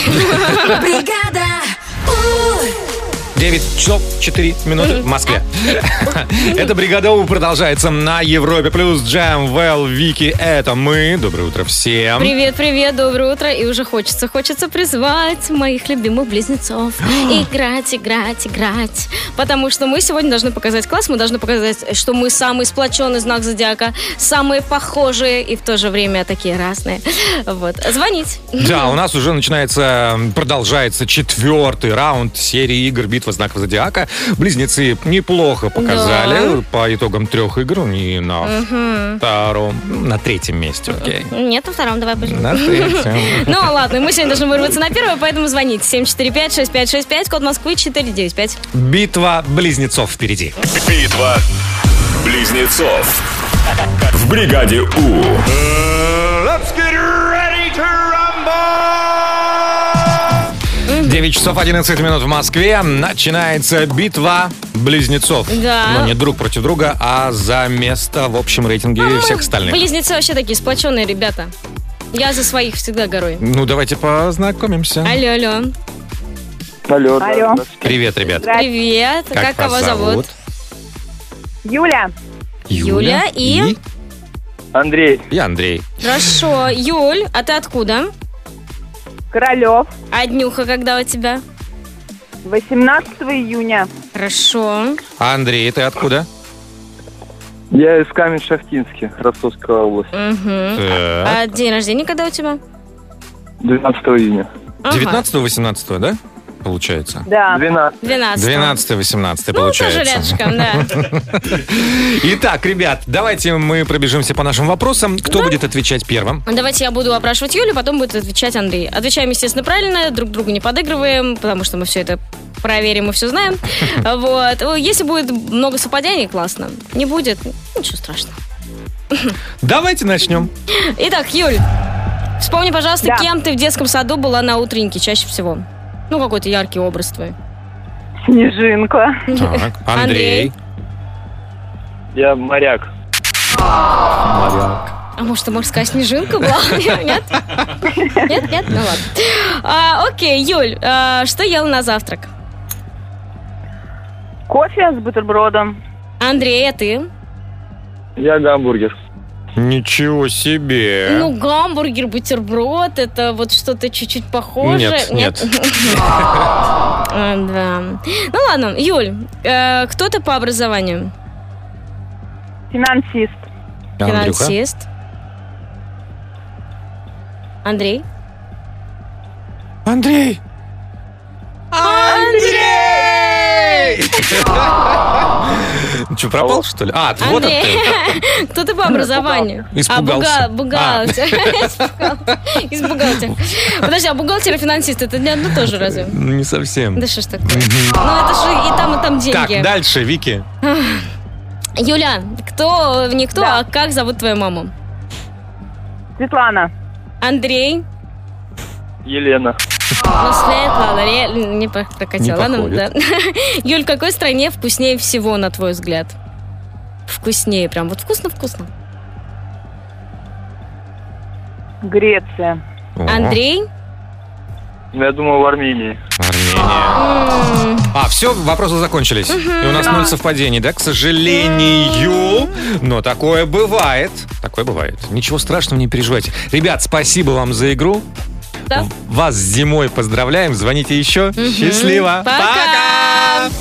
девять часов четыре минуты в Москве. Это «Бригада У» продолжается на Европе+. Плюс Джем, Вэл, Вики. Это мы. Доброе утро всем. Привет, привет, доброе утро. И уже хочется, хочется призвать моих любимых близнецов. Играть, играть, играть. Потому что мы сегодня должны показать класс. Мы должны показать, что мы самый сплоченный знак зодиака. Самые похожие и в то же время такие разные. Вот. Звонить. Да, у нас уже начинается, продолжается четвертый раунд серии игр «Битва знаков зодиака». Близнецы неплохо показали Да. по итогам трех игр. Не на Мгм. втором, на третьем месте, окей. Нет, на втором давай пожалуйста. На третьем. Ну ладно, мы сегодня должны вырваться на первое, поэтому звоните. семь четыре пять шесть пять шесть пять, код Москвы четыре девять пять. Битва близнецов впереди. Битва близнецов в «Бригаде У». девять часов одиннадцать минут в Москве. Начинается битва близнецов. Да. Но не друг против друга, а за место в общем рейтинге всех остальных. Близнецы вообще такие сплоченные ребята. Я за своих всегда горой. Ну, давайте познакомимся. Алло, алло. Алло. Алло. Привет, ребят. Привет. Как, вас кого зовут? Юля. Юля и... Андрей. И Андрей. Хорошо. Юль, а ты откуда? Королев. А днюха когда у тебя? восемнадцатого июня. А Хорошо. Андрей, ты откуда? Я из Камень-Шахтинский, Ростовская область. Угу. Так. А день рождения когда у тебя? двенадцатого июня. Ага. девятнадцатого-восемнадцатого, да? Получается. Да. двенадцатого. двенадцатого. двенадцатое-восемнадцатое Ну, получается. тоже рядышком, да. Итак, ребят, давайте мы пробежимся по нашим вопросам. Кто будет отвечать первым? Давайте я буду опрашивать Юлю, потом будет отвечать Андрей. Отвечаем, естественно, правильно, друг другу не подыгрываем, потому что мы все это проверим и все знаем. Вот. Если будет много совпадений, классно. Не будет, ничего страшного. Давайте начнем. Итак, Юль, вспомни, пожалуйста, Да. кем ты в детском саду была на утреннике чаще всего? Ну, какой-то яркий образ твой. Снежинка. Так, Андрей. Я моряк. Моряк. А может, ты можешь сказать, снежинка была? Нет? Нет, нет? Ну ладно. А, окей, Юль, а, что ела на завтрак? Кофе с бутербродом. Андрей, а ты? Я гамбургер. Ничего себе. Ну, гамбургер, бутерброд, это вот что-то чуть-чуть похожее. Нет, нет. А, да. Ну ладно, Юль, э, кто ты по образованию? Финансист. Андрюха? Финансист. Андрей? Андрей! Андрей! Что, пропал, что ли? А, вот Андрей, ты. кто ты по образованию? Испугался. А, буга- бухгалтер. Из бухгалтера. Подожди, а бухгалтер и финансист, это не одно тоже разве? Ну, не совсем. Да что ж такое? Ну, это же и там, и там деньги. Так, дальше, Вики. Юля, кто, не кто, а как зовут твою маму? Светлана. Андрей? Елена. Ну, Светлана, ре- не прокатила. Не Ладно, походит. да. Юль, в какой стране вкуснее всего, на твой взгляд? Вкуснее, прям вот вкусно-вкусно. Греция. Андрей? Ну, я думаю, в Армении. Армения. А, все, вопросы закончились. И у нас ноль совпадений, да, к сожалению. Но такое бывает. Такое бывает. Ничего страшного, не переживайте. Ребят, спасибо вам за игру. Да. Вас с зимой поздравляем. Звоните еще. Счастливо. Пока!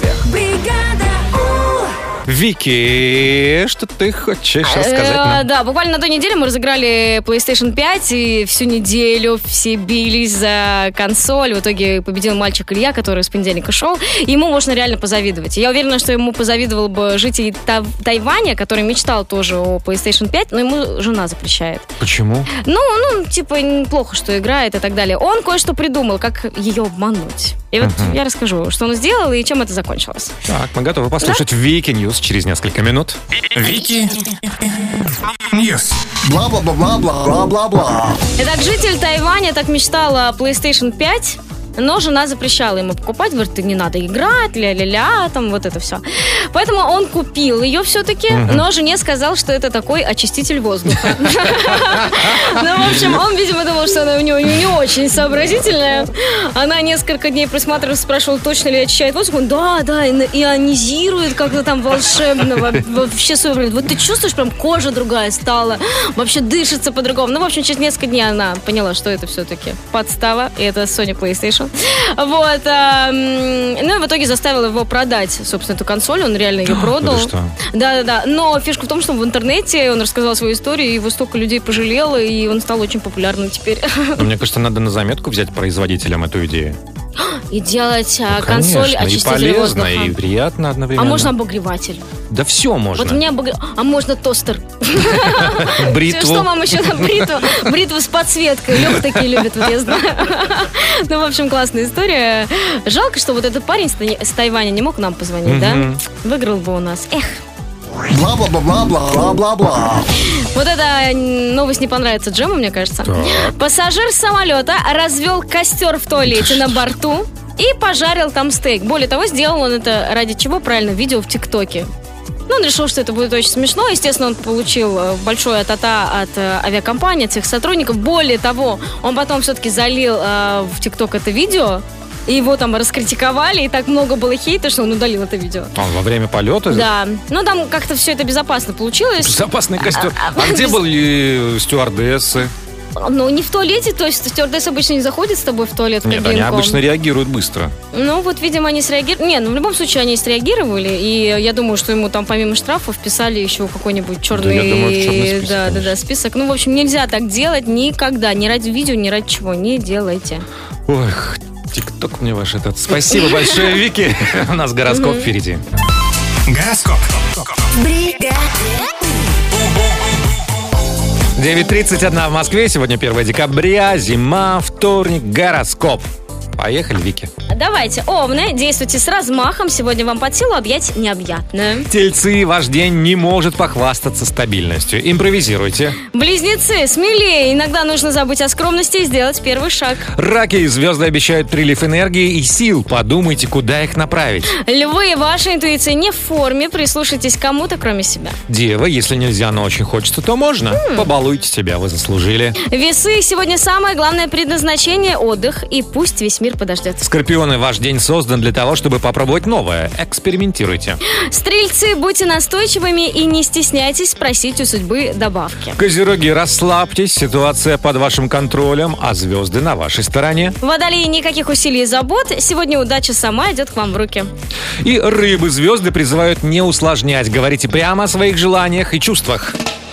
Вики, что ты хочешь рассказать Э, нам? Да, буквально на той неделе мы разыграли PlayStation пять, и всю неделю все бились за консоль. В итоге победил мальчик Илья, который с понедельника шел. Ему можно реально позавидовать. Я уверена, что ему позавидовал бы житель Та- Тайваня, который мечтал тоже о PlayStation пять, но ему жена запрещает. Почему? Ну, ну, типа, плохо, что играет и так далее. Он кое-что придумал, как ее обмануть. И вот Мгм. я расскажу, что он сделал и чем это закончилось. Так, мы готовы послушать Вики Ньюс через несколько минут. Вики Ньюс. Бла-бла-бла-бла-бла-бла-бла. Итак, житель Тайваня так мечтал о PlayStation пять, но жена запрещала ему покупать, говорит, ты не надо играть, ля-ля-ля, там вот это все. Поэтому он купил ее все-таки, Мгм. но жене сказал, что это такой очиститель воздуха. Ну, в общем, он, видимо, думал, что она у него не очень сообразительная. Она несколько дней присматривалась, спрашивала, точно ли очищает воздух. Он, да, да, и ионизирует как-то там волшебно. Во- Вообще супер. Вот ты чувствуешь, прям кожа другая стала. Вообще дышится по-другому. Ну, в общем, через несколько дней она поняла, что это все-таки подстава. И это Sony PlayStation. Вот. а, м, Ну, и в итоге заставила его продать, собственно, эту консоль. Он реально ее продал. Да ты что? Да-да-да. Но фишка в том, что в интернете он рассказал свою историю, и его столько людей пожалело, и он стал очень популярным теперь. Ну, мне кажется, надо на заметку взять производителям эту идею. И делать а, Ну, консоль конечно, и очиститель полезно, воздуха. и приятно А одновременно. можно обогреватель. Да все можно. Вот у меня обогрев... А можно тостер. Бритву. Что вам еще на бритву? Бритву с подсветкой. Леха такие любит, вот я знаю. Ну, в общем, классная история. Жалко, что вот этот парень с Тай- с Тайваня не мог нам позвонить, да? Мгм. Выиграл бы у нас. Эх. Бла-бла-бла-бла-бла-бла-бла. Вот эта новость не понравится Джему, мне кажется. Пассажир самолета развел костер в туалете на борту и пожарил там стейк. Более того, сделал он это ради чего? Правильно, видео в ТикТоке. Ну, он решил, что это будет очень смешно. Естественно, он получил э, большое та-та от э, авиакомпании, от всех сотрудников. Более того, он потом все-таки залил э, в ТикТок это видео, и его там раскритиковали, и так много было хейта, что он удалил это видео. А, во время полета? Да, ну там как-то все это безопасно получилось. Безопасный костер. А- а- А где без- были стюардессы? Ну, не в туалете, то есть стюардесс обычно не заходит с тобой в туалет, в Нет, кабинку. они обычно реагируют быстро. Ну, вот, видимо, они среагировали. Не, ну, в любом случае, они среагировали, и я думаю, что ему там помимо штрафов вписали еще какой-нибудь черный... я думаю, в черный список, да, да, да, список. Ну, в общем, нельзя так делать никогда, ни ради видео, ни ради чего, не делайте. Ой, ТикТок мне ваш этот. Спасибо большое, Вики. У нас гороскоп Мгм. впереди. Гороскоп. девять тридцать один в Москве. Сегодня первое декабря. Зима, вторник, гороскоп. Поехали, Вики. Давайте, овны, действуйте с размахом. Сегодня вам под силу объять необъятное. Тельцы, ваш день не может похвастаться стабильностью. Импровизируйте. Близнецы, смелее. Иногда нужно забыть о скромности и сделать первый шаг. Раки, звезды обещают прилив энергии и сил. Подумайте, куда их направить. Львы, ваша интуиция не в форме. Прислушайтесь к кому-то, кроме себя. Дева, если нельзя, но очень хочется, то можно. Побалуйте себя, вы заслужили. Весы, сегодня самое главное предназначение – отдых. И пусть весь мир подождет. Скорпионы, ваш день создан для того, чтобы попробовать новое. Экспериментируйте. Стрельцы, будьте настойчивыми и не стесняйтесь просить у судьбы добавки. Козероги, расслабьтесь, ситуация под вашим контролем, а звезды на вашей стороне. Водолеи, никаких усилий и забот. Сегодня удача сама идет к вам в руки. И рыбы, звезды призывают не усложнять. Говорите прямо о своих желаниях и чувствах.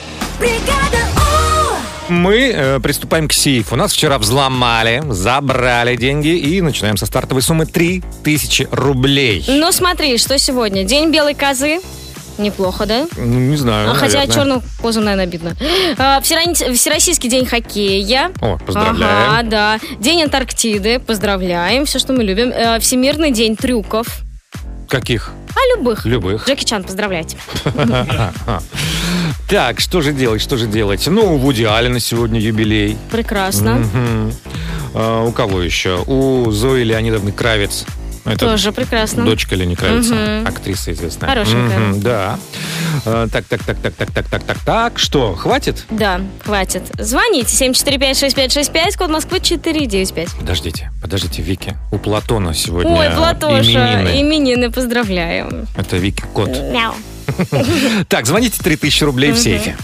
Мы э, приступаем к сейфу. Нас вчера взломали, забрали деньги и начинаем со стартовой суммы три тысячи рублей. Ну смотри, что сегодня? День белой козы. Неплохо, да? Ну, не знаю, А хотя наверное. черную козу, наверное, обидно. А, всерани- Всероссийский день хоккея. О, поздравляем. Ага, да. День Антарктиды. Поздравляем. Все, что мы любим. Э, Всемирный день трюков. Каких? А любых. Любых. Джеки Чан, поздравляйте. Так, что же делать, что же делать? Ну, у Вуди Аллена сегодня юбилей. Прекрасно. Мгм. А, у кого еще? У Зои Леонидовны Кравец. Это Тоже прекрасно. Дочка Лени Кравица, Мгм. актриса известная. Хорошенькая. Мгм, да. А, так, так, так, так, так, так, так, так, так. Что, хватит? Да, хватит. Звоните семь четыре пять шесть пять шесть пять, код Москвы четыре девять пять. Подождите, подождите, Вики. У Платона сегодня Ой, Платоша, именины. именины, поздравляем. Это Вики кот. Мяу. Так, звоните, три тысячи рублей в Мгм. сейфе.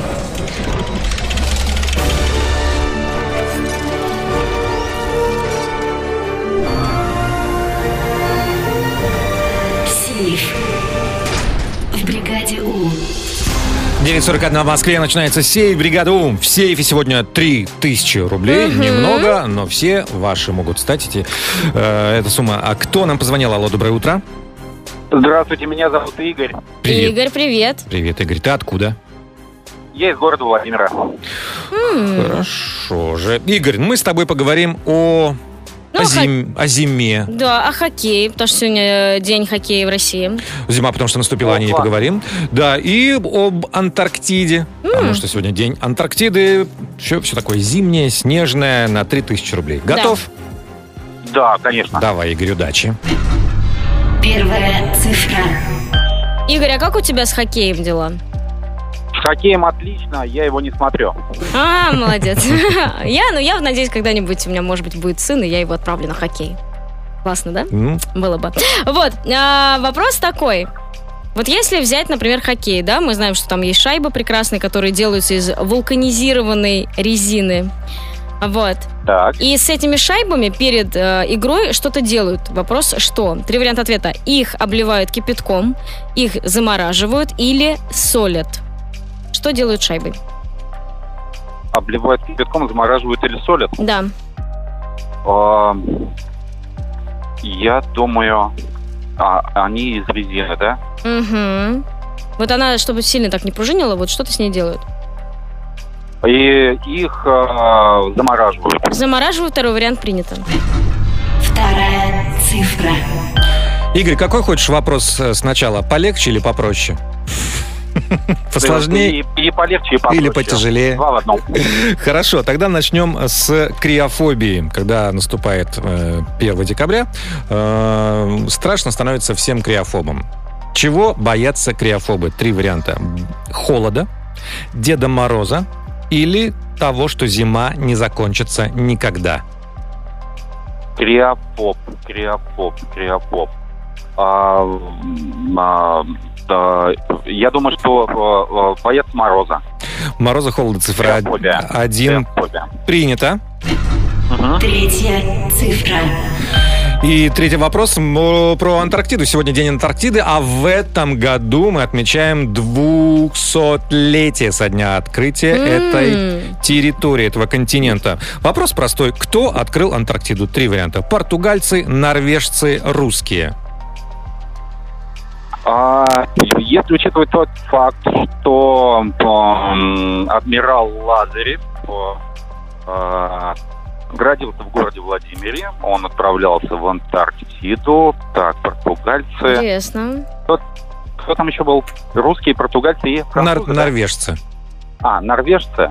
Сейф. В бригаде У. девять сорок один в Москве начинается сейф бригады У. В сейфе сегодня три тысячи рублей. Мгм. Немного, но все ваши могут стать эти, э, эта сумма. А кто нам позвонил? Алло, доброе утро. Здравствуйте, меня зовут Игорь. Привет. Игорь, привет. Привет, Игорь. Ты откуда? Я из города Владимира. М. Хорошо же. Игорь, мы с тобой поговорим о, Ну, о, хо- зим- о зиме. Да, а хоккей, потому что сегодня день хоккея в России. Зима, потому что наступила, о ней Опа. поговорим. Да, и об Антарктиде. Потому что сегодня день Антарктиды. Все, все такое зимнее, снежное, на три тысячи рублей. Готов? Да, конечно. Давай, Игорь, удачи. Первая цифра. Игорь, а как у тебя с хоккеем дела? С хоккеем отлично, я его не смотрю. А, молодец. Я, ну, я надеюсь, когда-нибудь у меня, может быть, будет сын, и я его отправлю на хоккей. Классно, да? Ну. Было бы. Вот, а, вопрос такой. Вот если взять, например, хоккей, да, мы знаем, что там есть шайбы прекрасные, которые делаются из вулканизированной резины. Вот. Так. И с этими шайбами перед э, игрой что-то делают. Вопрос, что? Три варианта ответа. Их обливают кипятком, их замораживают или солят. Что делают с шайбой? Обливают кипятком, замораживают или солят? Да. А, я думаю, а, они из резины, да? Угу. Вот она, чтобы сильно так не пружинила, вот что-то с ней делают. И их э, замораживают. Замораживают, второй вариант принято. Вторая цифра. Игорь, какой хочешь вопрос сначала? Полегче или попроще? Посложнее? И, и полегче, и попроще. Или потяжелее? Два в одном. Хорошо, тогда начнем с криофобии. Когда наступает э, первого декабря, э, страшно становится всем криофобам. Чего боятся криофобы? Три варианта. Холода, Деда Мороза или того, что зима не закончится никогда? Криофоб, криофоб, криофоб. А, а, а, я думаю, что а, боятся мороза. Мороза, холода, цифра Криофобия. один. Криофобия. Принято. Угу. Третья цифра. И третий вопрос про Антарктиду. Сегодня день Антарктиды, а в этом году мы отмечаем двухсотлетие со дня открытия Mm. этой территории, этого континента. Вопрос простой. Кто открыл Антарктиду? Три варианта. Португальцы, норвежцы, русские. А, если учитывать тот факт, что м, адмирал Лазарев а, родился в городе Владимире, он отправлялся в Антарктиду. Так, португальцы. Интересно. Кто, кто там еще был? Русские, португальцы и французы, Нор- да? норвежцы. А, норвежцы.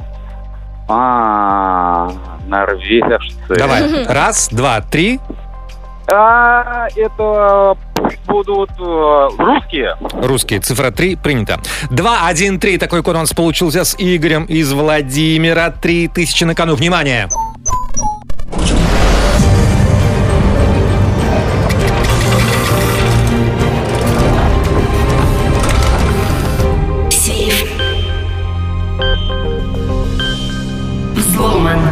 А, норвежцы. Давай. Раз, два, три. А, это будут э, русские. Русские. Цифра три. Принято. два, один, три. Такой код у нас получился с Игорем из Владимира. Три тысячи на кону. Внимание! Сейф взломан.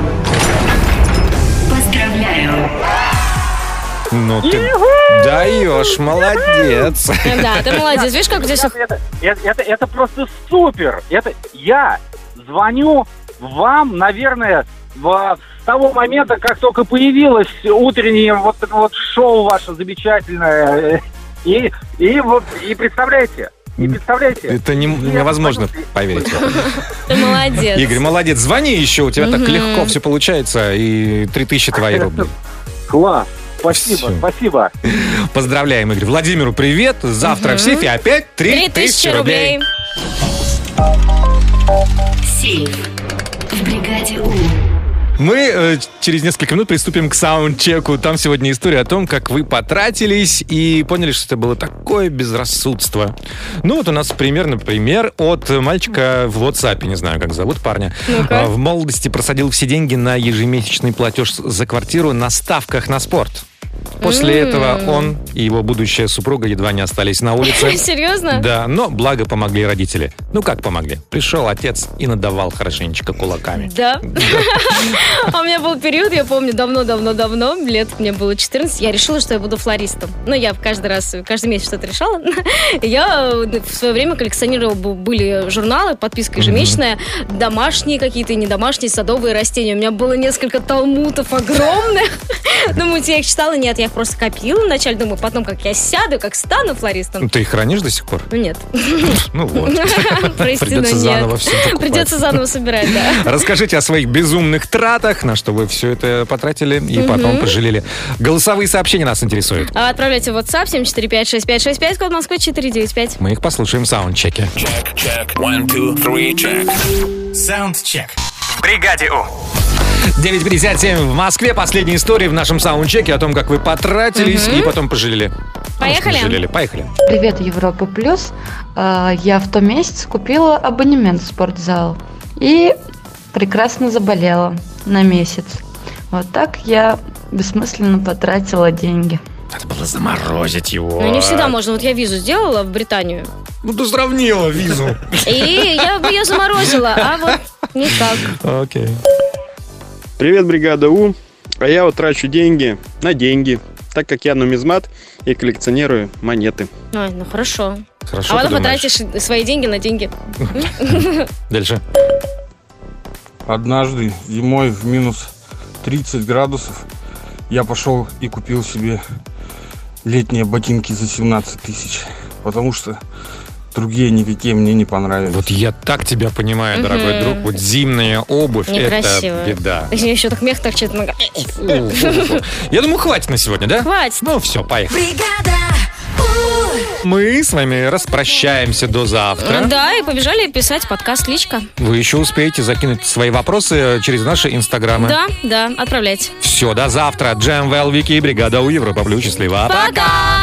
Поздравляю. Ну ты даешь, молодец. Да, ты молодец. Видишь, как здесь... Это, это, это, это просто супер. Это я звоню вам, наверное, в, с того момента, как только появилось утреннее вот это вот шоу ваше замечательное. И, и вот и представляете, и представляете. Это не, невозможно поверить. Ты молодец. Игорь, молодец. Звони еще, у тебя так Мгм. легко все получается. И три тысячи твои рубли. Класс. Спасибо, Всё. спасибо. Поздравляем, Игорь. Владимиру привет. Завтра Мгм. в сейфе опять три Три тысячи тысячи рублей. рублей. Сейф в бригаде У. Мы э, через несколько минут приступим к саундчеку. Там сегодня история о том, как вы потратились и поняли, что это было такое безрассудство. Ну вот у нас примерно пример от мальчика в WhatsApp, не знаю, как зовут парня. Ну-ка. А, В молодости просадил все деньги на ежемесячный платеж за квартиру на ставках на спорт. После М. этого он и его будущая супруга едва не остались на улице. Серьезно? Да, но благо помогли родители. Ну как помогли? Пришел отец и надавал хорошенечко кулаками. Да? А у меня был период, я помню, давно-давно-давно, лет мне было четырнадцать, я решила, что я буду флористом. Ну, я каждый раз, каждый месяц что-то решала. Я в свое время коллекционировала, были журналы, подписка ежемесячная, домашние какие-то и недомашние садовые растения. У меня было несколько талмудов огромных. Думаете, я их читала? Нет, я их просто копила вначале. Думаю, потом, как я сяду, как стану флористом. Ну, ты их хранишь до сих пор? Ну, нет. Ну вот. Прости, Придется но заново нет. все покупать. Придется заново собирать, да. Расскажите о своих безумных тратах, на что вы все это потратили и Мгм. потом пожалели. Голосовые сообщения нас интересуют. А Отправляйте в WhatsApp семь четыре пять шесть пять шесть пять, код Москвы четыре девять пять. Мы их послушаем в саундчеке. Check, check, one, two, three, check. Soundcheck. В бригаде У. девять пятьдесят семь в Москве. Последние истории в нашем саундчеке о том, как вы потратились Мгм. и потом пожалели. Поехали. Может, пожалели. Поехали. Привет, Европа Плюс. А, Я в том месяце купила абонемент в спортзал и прекрасно заболела на месяц. Вот так я бессмысленно потратила деньги. Надо было заморозить его. Ну, не всегда можно. Вот я визу сделала в Британию. Ну, ты сравнила визу. И я бы ее заморозила, а вот не так. Окей. Привет, бригада У. А я вот трачу деньги на деньги, так как я нумизмат и коллекционирую монеты. Ой, ну хорошо. Хорошо, а потом ты думаешь. потратишь свои деньги на деньги. Дальше. Однажды зимой в минус тридцать градусов я пошел и купил себе летние ботинки за семнадцать тысяч, потому что другие никакие мне не понравились. Вот я так тебя понимаю, дорогой Мгм. друг. Вот зимняя обувь — Некрасиво. это беда. Еще так мех торчит. нога. Я думаю, хватит на сегодня, да? Хватит. Ну все, поехали. Мы с вами распрощаемся до завтра. Да, и побежали писать подкаст «Личка». Вы еще успеете закинуть свои вопросы через наши инстаграмы. Да, да, отправляйте. Все, до завтра. Джем, Вэл, Вики и бригада У Европа Плюс. Счастливо. Пока!